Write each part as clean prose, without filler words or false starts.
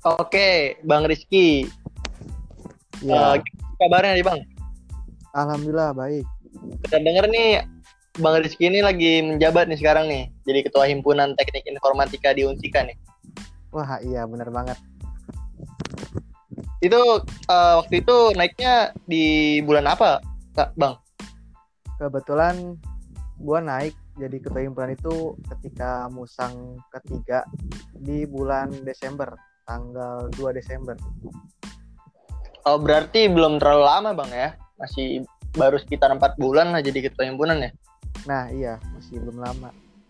Oke, Bang Rizky. Iya, Gimana kabarnya nih Bang? alhamdulillah baik. Dengar nih, Bang Rizky ini lagi menjabat nih sekarang nih. Jadi Ketua Himpunan Teknik Informatika di Unsika nih. Wah, iya benar banget. Itu waktu itu naiknya di bulan apa, Kak, Bang? Kebetulan gua naik jadi ketua himpunan itu ketika musang ketiga di bulan Desember, tanggal 2 Desember. Oh, berarti belum terlalu lama Bang ya? Masih baru sekitar 4 bulan lah jadi Ketua Himpunan ya? Nah, iya, masih belum lama.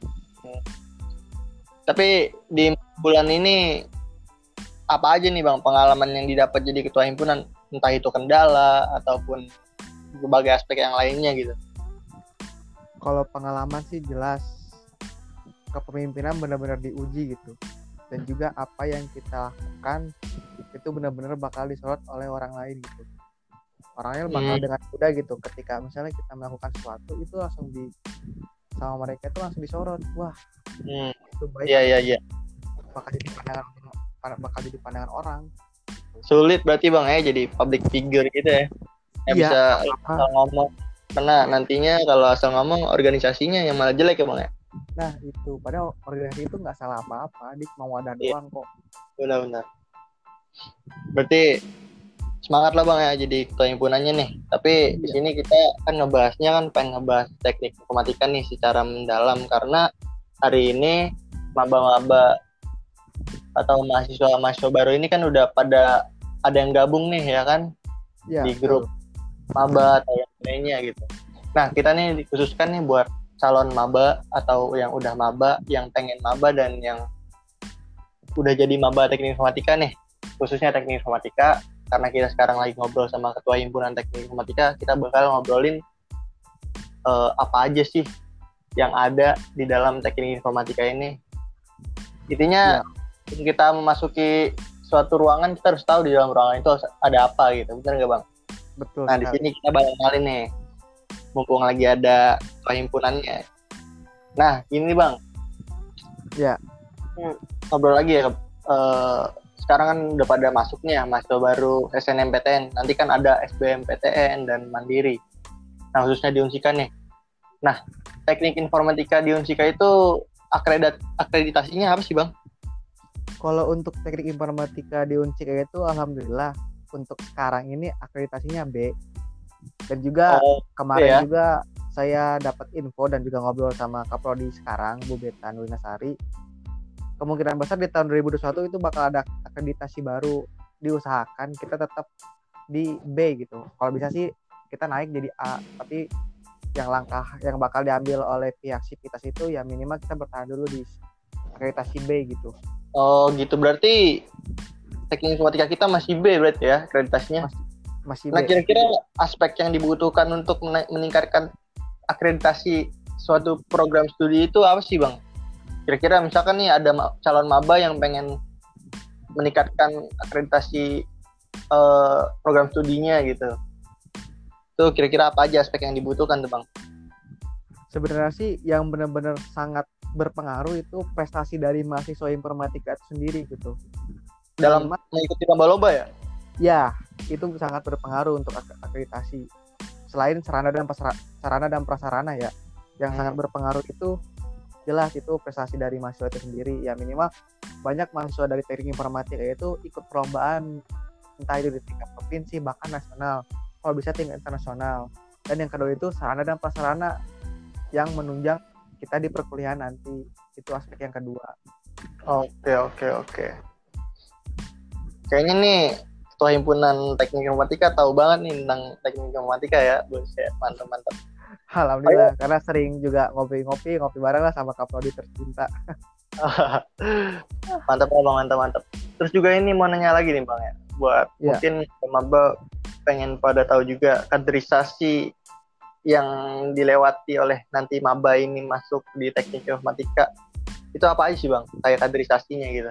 Tapi di bulan ini apa aja nih Bang pengalaman yang didapat jadi Ketua Himpunan? Entah itu kendala ataupun berbagai aspek yang lainnya gitu. Kalau pengalaman sih jelas kepemimpinan benar-benar diuji gitu. Dan juga apa yang kita lakukan itu benar-benar bakal disorot oleh orang lain gitu. Orangnya bakal dengan mudah gitu ketika misalnya kita melakukan sesuatu itu langsung sama mereka itu langsung disorot. Wah, itu baik. Iya. Bakal jadi pandangan orang. Sulit berarti Bang ya jadi public figure gitu ya. Yang Iya, bisa asal ngomong. Karena nantinya kalau asal ngomong organisasinya yang malah jelek ya Bang ya. Nah itu padahal organisasi itu nggak salah apa-apa, dia cuma wadah doang kok. Benar-benar. Berarti semangat lah Bang ya jadi ketua himpunannya nih. Tapi di sini kita kan ngebahasnya kan pengen ngebahas teknik informatika nih secara mendalam karena hari ini maba-maba atau mahasiswa baru ini kan udah pada ada yang gabung nih ya kan di grup maba atau yang lainnya gitu. Nah kita nih dikhususkan nih buat calon maba atau yang udah maba, yang pengen maba dan yang udah jadi maba teknik informatika nih, khususnya teknik informatika. Karena kita sekarang lagi ngobrol sama ketua himpunan teknik informatika, kita bakal ngobrolin apa aja sih yang ada di dalam teknik informatika ini. Intinya kita memasuki suatu ruangan, kita harus tahu di dalam ruangan itu ada apa gitu, benar nggak Bang? Betul. Nah di sini kita bakal kenalin nih, mumpung lagi ada ketua himpunannya. Nah ini Bang, ya ngobrol lagi ya. Sekarang kan udah pada masuknya mahasiswa baru SNMPTN. Nanti kan ada SBMPTN dan Mandiri. Nah khususnya di Unsika nih. Nah teknik informatika di Unsika itu akreditasinya apa sih Bang? Kalau untuk teknik informatika di Unsika itu alhamdulillah untuk sekarang ini akreditasinya B. Dan juga kemarin juga saya dapat info dan juga ngobrol sama Kaprodi sekarang, Bu Betan Winasari. Kemungkinan besar di tahun 2021 itu bakal ada akreditasi baru, diusahakan kita tetap di B gitu. Kalau bisa sih kita naik jadi A, tapi yang langkah yang bakal diambil oleh pihak Sivitas itu ya minimal kita bertahan dulu di akreditasi B gitu. Oh gitu, berarti teknik informatika kita masih B berarti ya akreditasinya? Masih B. Nah kira-kira aspek yang dibutuhkan untuk meningkatkan akreditasi suatu program studi itu apa sih Bang? Kira-kira misalkan nih ada calon maba yang pengen meningkatkan akreditasi program studinya gitu. Tuh kira-kira apa aja aspek yang dibutuhkan tuh Bang? Sebenarnya sih yang benar-benar sangat berpengaruh itu prestasi dari mahasiswa informatika itu sendiri gitu. Dalam mengikuti lomba-lomba ya? Ya, itu sangat berpengaruh untuk akreditasi. Selain sarana dan prasarana ya, yang sangat berpengaruh itu jelas itu prestasi dari mahasiswa itu sendiri. Ya minimal banyak mahasiswa dari teknik informatika itu ikut perlombaan entah itu di tingkat provinsi bahkan nasional, kalau bisa tingkat internasional. Dan yang kedua itu sarana dan prasarana yang menunjang kita di perkuliahan nanti, itu aspek yang kedua. Oke. Kayaknya nih ketua himpunan teknik informatika tahu banget nih tentang teknik informatika ya, buset, mantap. Alhamdulillah, karena sering juga ngopi bareng lah sama Kaprodi tercinta. Mantap. Terus juga ini mau nanya lagi nih Bang ya, buat mungkin maba pengen pada tahu juga kaderisasi yang dilewati oleh nanti maba ini masuk di teknik informatika itu apa aja sih Bang, kayak kaderisasinya gitu?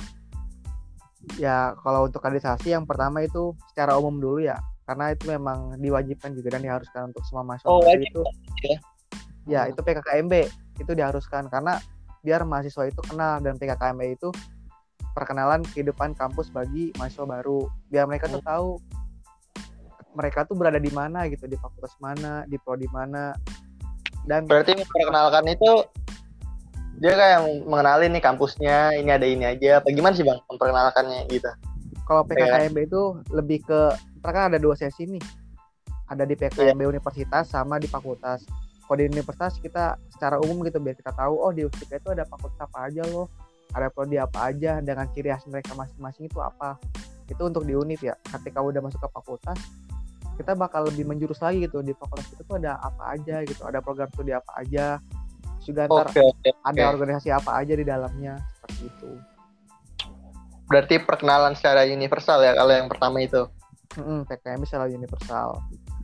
Ya kalau untuk kaderisasi yang pertama itu secara umum dulu ya, karena itu memang diwajibkan juga dan diharuskan untuk semua mahasiswa itu ya itu PKKMB itu diharuskan karena biar mahasiswa itu kenal, dan PKKMB itu perkenalan kehidupan kampus bagi mahasiswa baru, biar mereka tuh tahu mereka tuh berada di mana gitu, di fakultas mana, di prodi mana. Dan berarti memperkenalkan itu dia kayak mengenalin nih kampusnya, ini ada ini aja. Apa gimana sih Bang memperkenalkannya gitu? kalau PKKMB itu lebih ke, kan ada 2 sesi nih. Ada di PKKMB universitas sama di fakultas. Kalau di universitas kita secara umum gitu biar kita tahu, oh di Ustika itu ada fakultas apa aja loh, ada prodi apa aja dengan ciri khas mereka masing-masing itu apa. Itu untuk di univ ya. Ketika udah masuk ke fakultas, kita bakal lebih menjurus lagi gitu, di fakultas itu tuh ada apa aja gitu, ada program studi apa aja, juga ntar ada organisasi apa aja di dalamnya, seperti itu. Berarti perkenalan secara universal ya kalau yang pertama itu. PKM secara universal.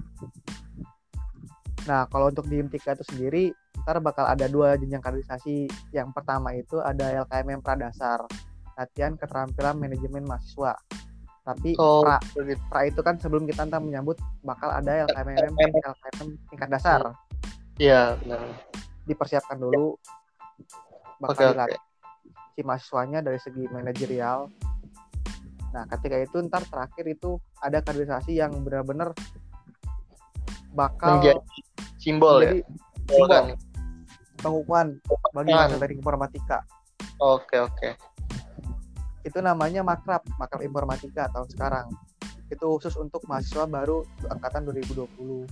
Nah, kalau untuk di Himtika itu sendiri, ntar bakal ada 2 jenjang kaderisasi. Yang pertama itu ada LKMM Pradasar, latihan keterampilan manajemen mahasiswa. Tapi pra itu kan sebelum kita ntar menyambut bakal ada LKMM tingkat dasar. Iya, benar. Dipersiapkan dulu, bakal dilatih si mahasiswanya dari segi manajerial. Nah, ketika itu ntar terakhir itu ada kaderisasi yang benar-benar bakal menjadi simbol pengukuhan bagi mahasiswa teknik informatika. Oke. Itu namanya makrab informatika tahun sekarang. Itu khusus untuk mahasiswa baru angkatan 2020.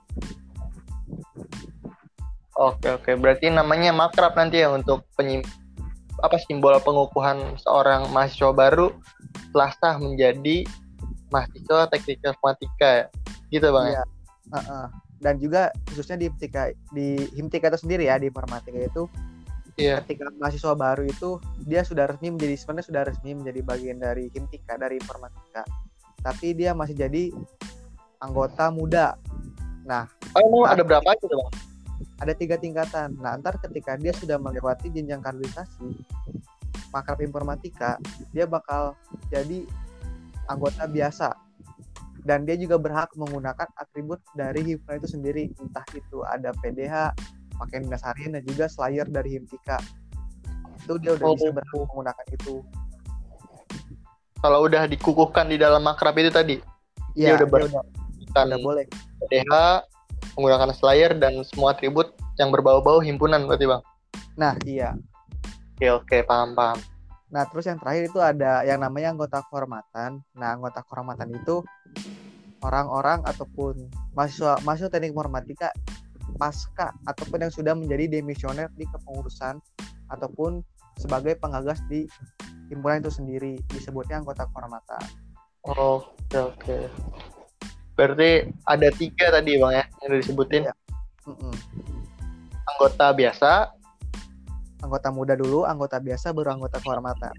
Oke. Berarti namanya makrab nanti ya untuk simbol pengukuhan seorang mahasiswa baru setelah sah menjadi mahasiswa teknik informatika ya. Gitu Bang ya. Dan juga khususnya di Himtika itu sendiri ya, di informatika itu ketika mahasiswa baru itu dia sudah resmi menjadi bagian dari Himtika, dari informatika, tapi dia masih jadi anggota muda. Nah, ada berapa aja tuh Bang? Ada 3 tingkatan. Nah, ntar ketika dia sudah melewati jenjang kaderisasi makrab informatika, dia bakal jadi anggota biasa. Dan dia juga berhak menggunakan atribut dari Himtika itu sendiri, entah itu ada PDH, pakaian dinas harian, dan juga slayer dari Himtika. Itu dia udah bisa berhak menggunakan itu. Kalau udah dikukuhkan di dalam makrab itu tadi, dia udah boleh PDH, menggunakan slayer dan semua atribut yang berbau-bau himpunan berarti Bang. Nah, iya. Oke, paham. Nah, terus yang terakhir itu ada yang namanya anggota kehormatan. Nah, anggota kehormatan itu orang-orang ataupun mahasiswa teknik informatika pasca ataupun yang sudah menjadi demisioner di kepengurusan ataupun sebagai penggagas di himpunan itu sendiri, disebutnya anggota kehormatan. Oke. Berarti ada 3 tadi Bang ya yang disebutin. Ya. Anggota biasa, anggota muda dulu, anggota biasa, baru anggota kehormatan.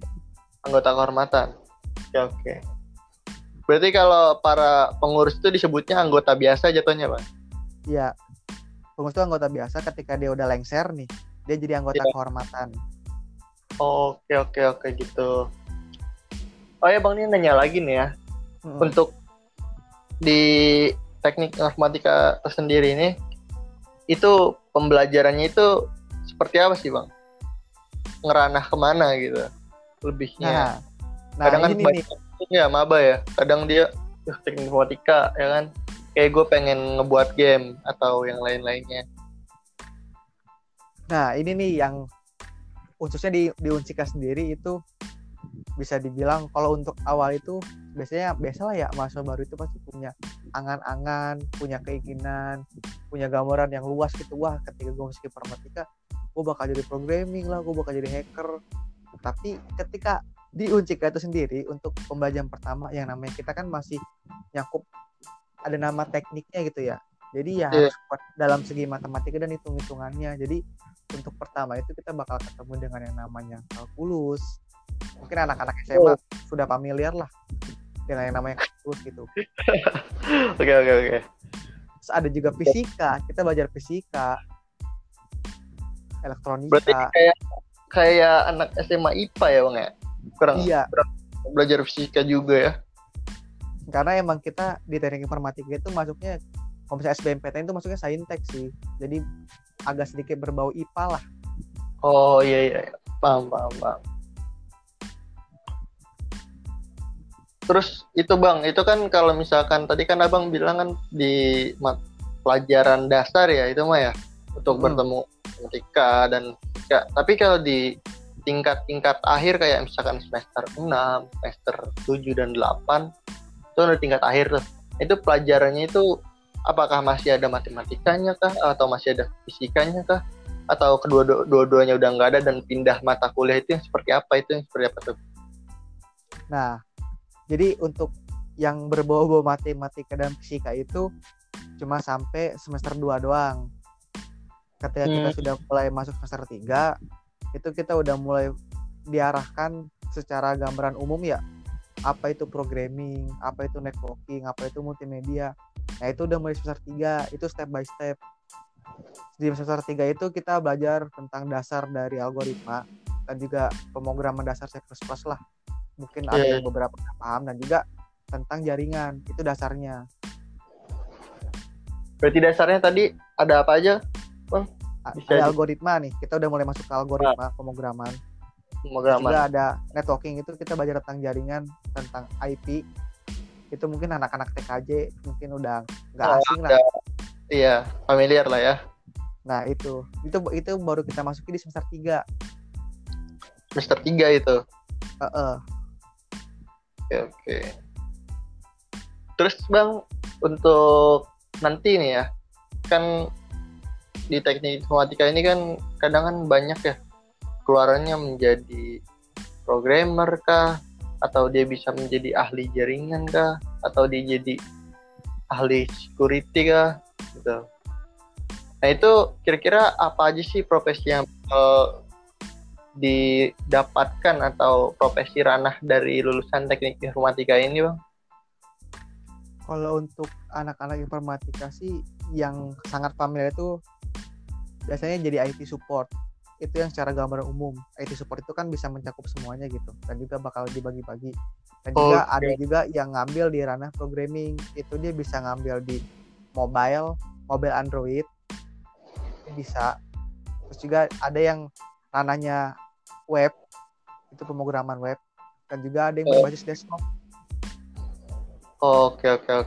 Oke. Berarti kalau para pengurus itu disebutnya anggota biasa jatuhnya Bang? Iya. Pengurus itu anggota biasa, ketika dia udah lengser nih, dia jadi anggota kehormatan. Oke gitu. Oh ya Bang, ini nanya lagi nih ya. Untuk di teknik informatika tersendiri ini, itu pembelajarannya itu seperti apa sih Bang? Ngeranah kemana gitu lebihnya? Kadang kan banyak ya maba ya, kadang dia teknik informatika ya kan, kayak gue pengen ngebuat game atau yang lain-lainnya. Nah, ini nih yang khususnya di Unsika sendiri itu bisa dibilang kalau untuk awal itu biasalah ya, mahasiswa baru itu pasti punya angan-angan, punya keinginan, punya gambaran yang luas gitu. Wah, ketika gue masuk informatika, gue bakal jadi programming lah, gue bakal jadi hacker. Tapi ketika di Unsika itu sendiri, untuk pembelajaran pertama yang namanya kita kan masih nyakup ada nama tekniknya gitu ya. Jadi ya harus kuat dalam segi matematika dan hitung-hitungannya. Jadi untuk pertama itu kita bakal ketemu dengan yang namanya kalkulus. Mungkin anak-anak SMA sudah familiar lah dengan yang namanya kalkulus gitu. Oke. Terus ada juga fisika, kita belajar fisika, elektronika. Berarti kayak anak SMA IPA ya Bang ya? Kurang belajar fisika juga ya? Karena emang kita di teknik informatika itu masuknya, kalau misalnya SBMPTN itu masuknya saintek sih. Jadi agak sedikit berbau IPA lah. Oh iya. Paham. Terus itu Bang, itu kan kalau misalkan tadi kan Abang bilang kan di pelajaran dasar ya itu mah ya untuk bertemu matematika dan fisika. Tapi kalau di tingkat-tingkat akhir kayak misalkan semester 6, semester 7 dan 8 itu udah tingkat akhir tuh. Itu pelajarannya itu apakah masih ada matematikanya kah atau masih ada fisikanya kah? Atau kedua-duanya udah nggak ada dan pindah mata kuliah itu yang seperti apa, itu yang seperti apa tuh? Nah, jadi untuk yang berbau-bau matematika dan fisika itu cuma sampai semester 2 doang. Ketika kita sudah mulai masuk semester 3, itu kita udah mulai diarahkan secara gambaran umum ya. Apa itu programming, apa itu networking, apa itu multimedia. Nah, itu udah mulai semester 3, itu step by step. Di semester 3 itu kita belajar tentang dasar dari algoritma dan juga pemrograman dasar C++ lah. Mungkin ada yang beberapa paham, dan juga tentang jaringan, itu dasarnya. Berarti dasarnya tadi ada apa aja, Bang? Ada algoritma nih, kita udah mulai masuk ke algoritma pemrograman. Juga ada networking, itu kita belajar tentang jaringan, tentang IP. Itu mungkin anak-anak TKJ mungkin udah nggak asing lah. Iya, familiar lah ya. Nah, itu baru kita masuki di semester 3. Semester 3 itu. Oke. Terus Bang, untuk nanti nih ya, kan di teknik informatika ini kan kadang kan banyak ya keluarannya menjadi programmer kah, atau dia bisa menjadi ahli jaringan kah, atau dia jadi ahli security kah, gitu. Nah itu kira-kira apa aja sih profesi yang didapatkan atau profesi ranah dari lulusan teknik informatika ini, Bang? Kalau untuk anak-anak informatika sih yang sangat familiar itu biasanya jadi IT support. Itu yang secara gambaran umum. IT support itu kan bisa mencakup semuanya gitu, dan juga bakal dibagi-bagi. Dan juga ada juga yang ngambil di ranah programming. Itu dia bisa ngambil di mobile Android, bisa. Terus juga ada yang ranahnya web, itu pemrograman web, dan juga ada yang berbasis desktop. Oke.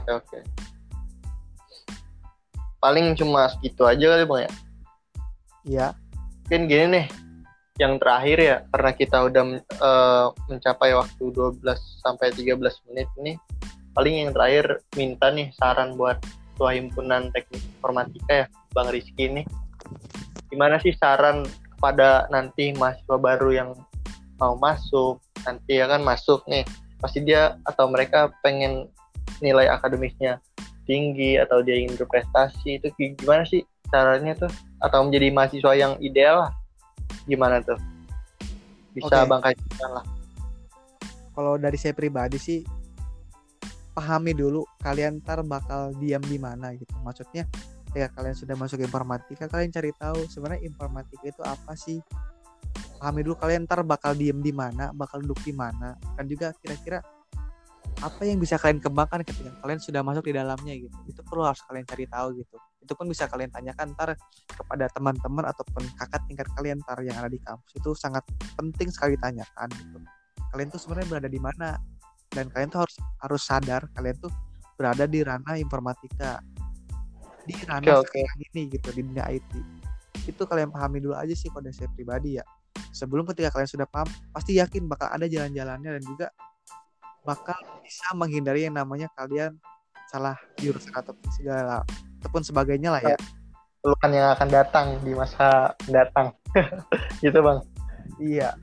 Paling cuma segitu aja kali Bang ya? Iya. Mungkin gini nih, yang terakhir ya, karena kita udah mencapai waktu 12-13 menit nih, paling yang terakhir minta nih saran buat Ketua Himpunan Teknik Informatika ya, Bang Rizky nih. Gimana sih saran kepada nanti mahasiswa baru yang mau masuk, nanti ya kan masuk nih, pasti dia atau mereka pengen nilai akademisnya tinggi atau dia ingin berprestasi, itu gimana sih caranya tuh, atau menjadi mahasiswa yang ideal lah, gimana tuh bisa Bang kajian lah? Kalau dari saya pribadi sih, pahami dulu kalian ntar bakal diam di mana gitu. Maksudnya ya kalian sudah masuk informatika, kalian cari tahu sebenarnya informatika itu apa sih. Pahami dulu kalian ntar bakal diem di mana, bakal duduk di mana, dan juga kira-kira apa yang bisa kalian kembangkan ketika kalian sudah masuk di dalamnya gitu. Itu perlu harus kalian cari tahu gitu. Itu pun bisa kalian tanyakan ntar kepada teman-teman ataupun kakak tingkat kalian ntar yang ada di kampus. Itu sangat penting sekali ditanyakan gitu. Kalian tuh sebenarnya berada di mana, dan kalian tuh harus sadar kalian tuh berada di ranah informatika, di ranah sekarang ini gitu, di dunia IT. Itu kalian pahami dulu aja sih kalau saya pribadi ya. Sebelum ketika kalian sudah paham, pasti yakin bakal ada jalan-jalannya, dan juga bakal bisa menghindari yang namanya kalian salah jurusan ataupun sebagainya lah ya. Keluhan yang akan datang di masa mendatang. Gitu Bang. Iya.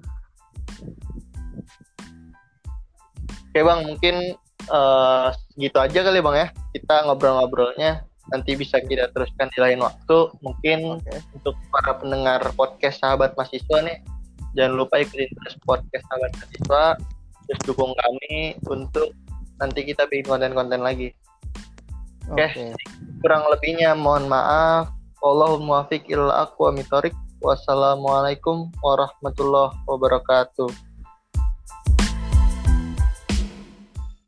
Oke Bang, mungkin gitu aja kali Bang ya. Kita ngobrol-ngobrolnya nanti bisa kita teruskan di lain waktu. Mungkin untuk para pendengar podcast Sahabat Mahasiswa nih, jangan lupa ikutin terus podcast Sahabat Mahasiswa, terus dukung kami untuk nanti kita bikin konten-konten lagi. Oke. Kurang lebihnya mohon maaf. Wallahul muwaffiq ilal aqwamit thoriq. Wassalamualaikum warahmatullahi wabarakatuh.